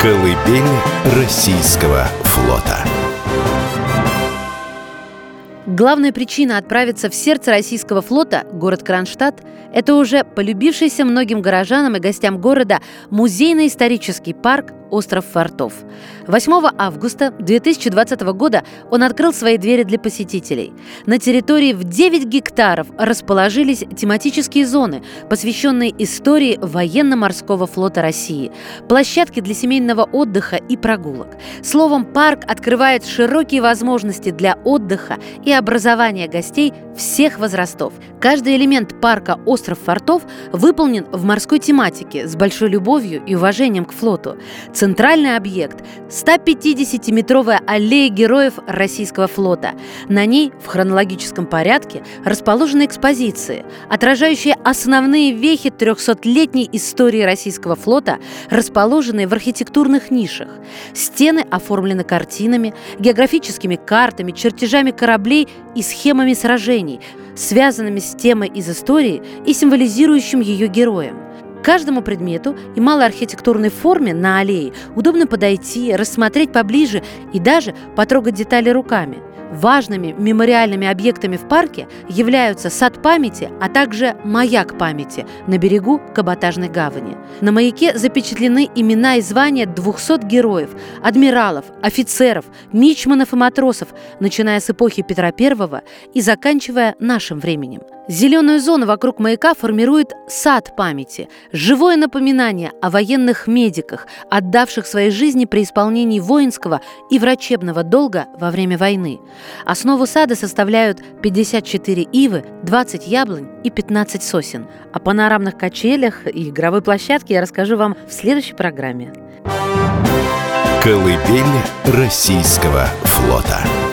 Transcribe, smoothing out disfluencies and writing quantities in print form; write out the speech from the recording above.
Колыбель российского флота. Главная причина отправиться в сердце российского флота, город Кронштадт, это уже полюбившийся многим горожанам и гостям города музейно-исторический парк «Остров фортов». 8 августа 2020 года он открыл свои двери для посетителей. На территории в 9 гектаров расположились тематические зоны, посвященные истории военно-морского флота России, площадки для семейного отдыха и прогулок. Словом, парк открывает широкие возможности для отдыха и образования гостей всех возрастов. Каждый элемент парка «Остров фортов» выполнен в морской тематике с большой любовью и уважением к флоту. Центральный объект – 150-метровая аллея героев российского флота. На ней в хронологическом порядке расположены экспозиции, отражающие основные вехи 300-летней истории российского флота, расположенные в архитектурных нишах. Стены оформлены картинами, географическими картами, чертежами кораблей и схемами сражений, связанными с темой из истории и символизирующим ее героем. К каждому предмету и малой архитектурной форме на аллее удобно подойти, рассмотреть поближе и даже потрогать детали руками. Важными мемориальными объектами в парке являются сад памяти, а также маяк памяти на берегу Каботажной гавани. На маяке запечатлены имена и звания 200 героев, адмиралов, офицеров, мичманов и матросов, начиная с эпохи Петра I и заканчивая нашим временем. Зеленую зону вокруг маяка формирует сад памяти, живое напоминание о военных медиках, отдавших свои жизни при исполнении воинского и врачебного долга во время войны. Основу сада составляют 54 ивы, 20 яблонь и 15 сосен. О панорамных качелях и игровой площадке я расскажу вам в следующей программе. Колыбель российского флота.